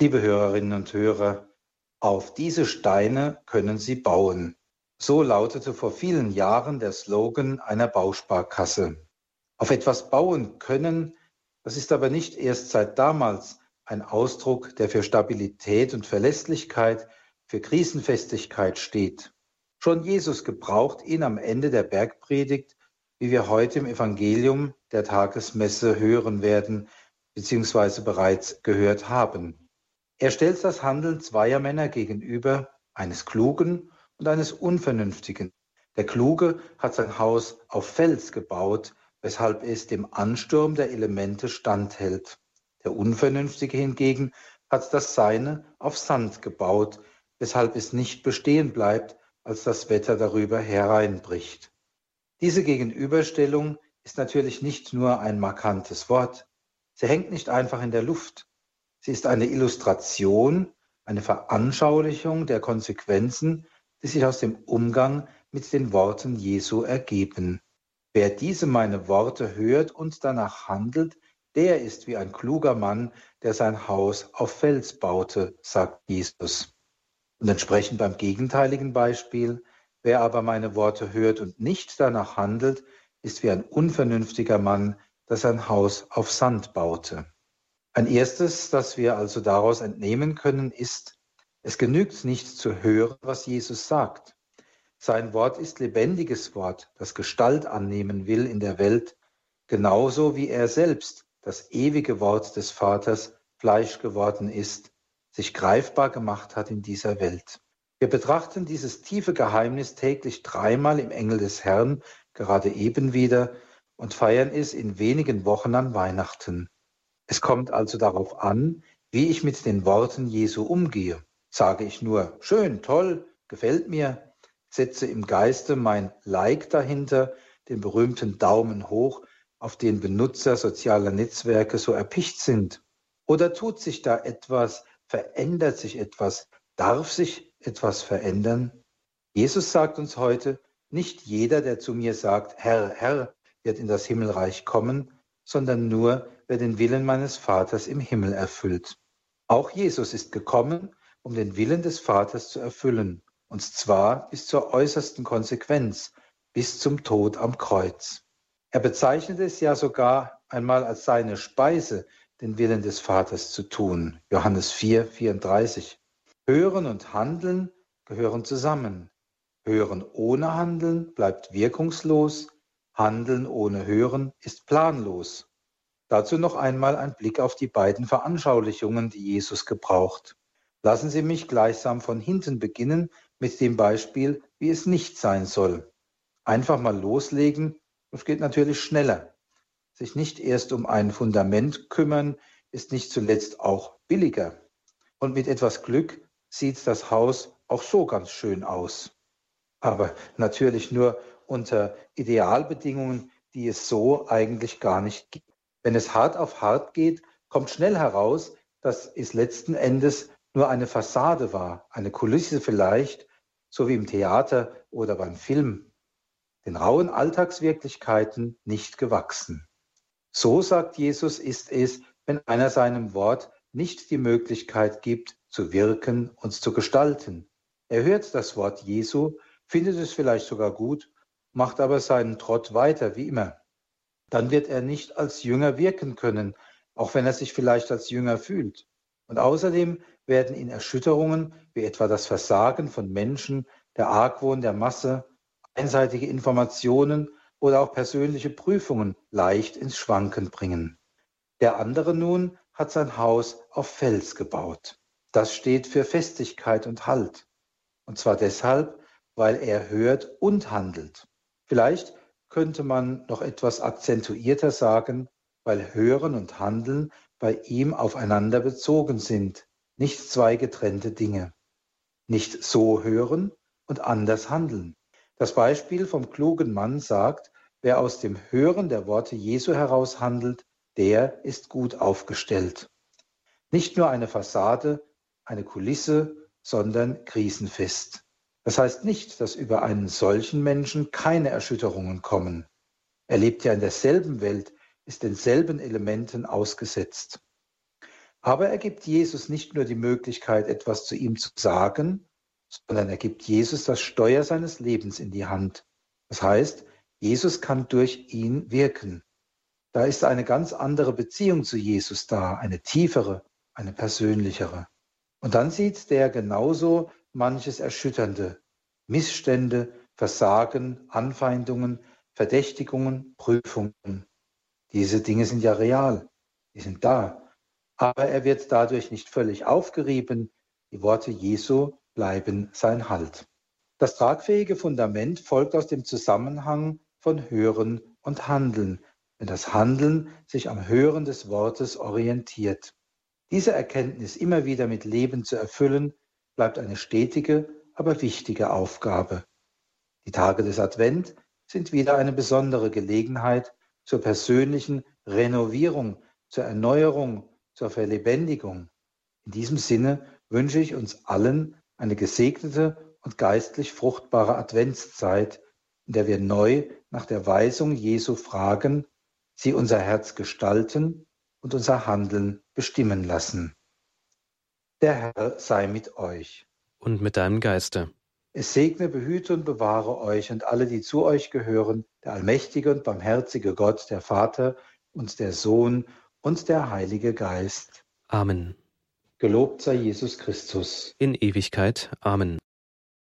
Liebe Hörerinnen und Hörer, auf diese Steine können Sie bauen. So lautete vor vielen Jahren der Slogan einer Bausparkasse. Auf etwas bauen können, das ist aber nicht erst seit damals ein Ausdruck, der für Stabilität und Verlässlichkeit, für Krisenfestigkeit steht. Schon Jesus gebraucht ihn am Ende der Bergpredigt, wie wir heute im Evangelium der Tagesmesse hören werden, beziehungsweise bereits gehört haben. Er stellt das Handeln zweier Männer gegenüber, eines Klugen und eines Unvernünftigen. Der Kluge hat sein Haus auf Fels gebaut, weshalb es dem Ansturm der Elemente standhält. Der Unvernünftige hingegen hat das Seine auf Sand gebaut, weshalb es nicht bestehen bleibt, als das Wetter darüber hereinbricht. Diese Gegenüberstellung ist natürlich nicht nur ein markantes Wort. Sie hängt nicht einfach in der Luft. Sie ist eine Illustration, eine Veranschaulichung der Konsequenzen, die sich aus dem Umgang mit den Worten Jesu ergeben. Wer diese meine Worte hört und danach handelt, der ist wie ein kluger Mann, der sein Haus auf Fels baute, sagt Jesus. Und entsprechend beim gegenteiligen Beispiel, wer aber meine Worte hört und nicht danach handelt, ist wie ein unvernünftiger Mann, der sein Haus auf Sand baute. Ein erstes, das wir also daraus entnehmen können, ist, es genügt nicht zu hören, was Jesus sagt. Sein Wort ist lebendiges Wort, das Gestalt annehmen will in der Welt, genauso wie er selbst, das ewige Wort des Vaters, Fleisch geworden ist, sich greifbar gemacht hat in dieser Welt. Wir betrachten dieses tiefe Geheimnis täglich dreimal im Engel des Herrn, gerade eben wieder, und feiern es in wenigen Wochen an Weihnachten. Es kommt also darauf an, wie ich mit den Worten Jesu umgehe. Sage ich nur, schön, toll, gefällt mir, setze im Geiste mein Like dahinter, den berühmten Daumen hoch, auf den Benutzer sozialer Netzwerke so erpicht sind. Oder tut sich da etwas, verändert sich etwas, darf sich etwas verändern? Jesus sagt uns heute, nicht jeder, der zu mir sagt, Herr, Herr, wird in das Himmelreich kommen, sondern nur, wer den Willen meines Vaters im Himmel erfüllt. Auch Jesus ist gekommen, um den Willen des Vaters zu erfüllen, und zwar bis zur äußersten Konsequenz, bis zum Tod am Kreuz. Er bezeichnet es ja sogar einmal als seine Speise, den Willen des Vaters zu tun. Johannes 4, 34. Hören und Handeln gehören zusammen. Hören ohne Handeln bleibt wirkungslos, Handeln ohne Hören ist planlos. Dazu noch einmal ein Blick auf die beiden Veranschaulichungen, die Jesus gebraucht. Lassen Sie mich gleichsam von hinten beginnen mit dem Beispiel, wie es nicht sein soll. Einfach mal loslegen, das geht natürlich schneller. Sich nicht erst um ein Fundament kümmern, ist nicht zuletzt auch billiger. Und mit etwas Glück sieht das Haus auch so ganz schön aus. Aber natürlich nur unter Idealbedingungen, die es so eigentlich gar nicht gibt. Wenn es hart auf hart geht, kommt schnell heraus, dass es letzten Endes nur eine Fassade war, eine Kulisse vielleicht, so wie im Theater oder beim Film, den rauen Alltagswirklichkeiten nicht gewachsen. So, sagt Jesus, ist es, wenn einer seinem Wort nicht die Möglichkeit gibt, zu wirken und zu gestalten. Er hört das Wort Jesu, findet es vielleicht sogar gut, macht aber seinen Trott weiter, wie immer. Dann wird er nicht als Jünger wirken können, auch wenn er sich vielleicht als Jünger fühlt. Und außerdem werden ihn Erschütterungen, wie etwa das Versagen von Menschen, der Argwohn der Masse, einseitige Informationen oder auch persönliche Prüfungen leicht ins Schwanken bringen. Der andere nun hat sein Haus auf Fels gebaut. Das steht für Festigkeit und Halt. Und zwar deshalb, weil er hört und handelt. Vielleicht könnte man noch etwas akzentuierter sagen, weil Hören und Handeln bei ihm aufeinander bezogen sind, nicht zwei getrennte Dinge. Nicht so hören und anders handeln. Das Beispiel vom klugen Mann sagt, wer aus dem Hören der Worte Jesu heraus handelt, der ist gut aufgestellt. Nicht nur eine Fassade, eine Kulisse, sondern krisenfest. Das heißt nicht, dass über einen solchen Menschen keine Erschütterungen kommen. Er lebt ja in derselben Welt, ist denselben Elementen ausgesetzt. Aber er gibt Jesus nicht nur die Möglichkeit, etwas zu ihm zu sagen, sondern er gibt Jesus das Steuer seines Lebens in die Hand. Das heißt, Jesus kann durch ihn wirken. Da ist eine ganz andere Beziehung zu Jesus da, eine tiefere, eine persönlichere. Und dann sieht der genauso manches Erschütternde, Missstände, Versagen, Anfeindungen, Verdächtigungen, Prüfungen. Diese Dinge sind ja real, die sind da. Aber er wird dadurch nicht völlig aufgerieben. Die Worte Jesu bleiben sein Halt. Das tragfähige Fundament folgt aus dem Zusammenhang von Hören und Handeln, wenn das Handeln sich am Hören des Wortes orientiert. Diese Erkenntnis immer wieder mit Leben zu erfüllen, bleibt eine stetige, aber wichtige Aufgabe. Die Tage des Advent sind wieder eine besondere Gelegenheit zur persönlichen Renovierung, zur Erneuerung, zur Verlebendigung. In diesem Sinne wünsche ich uns allen eine gesegnete und geistlich fruchtbare Adventszeit, in der wir neu nach der Weisung Jesu fragen, sie unser Herz gestalten und unser Handeln bestimmen lassen. Der Herr sei mit euch. Und mit deinem Geiste. Es segne, behüte und bewahre euch und alle, die zu euch gehören, der allmächtige und barmherzige Gott, der Vater und der Sohn und der Heilige Geist. Amen. Gelobt sei Jesus Christus. In Ewigkeit. Amen.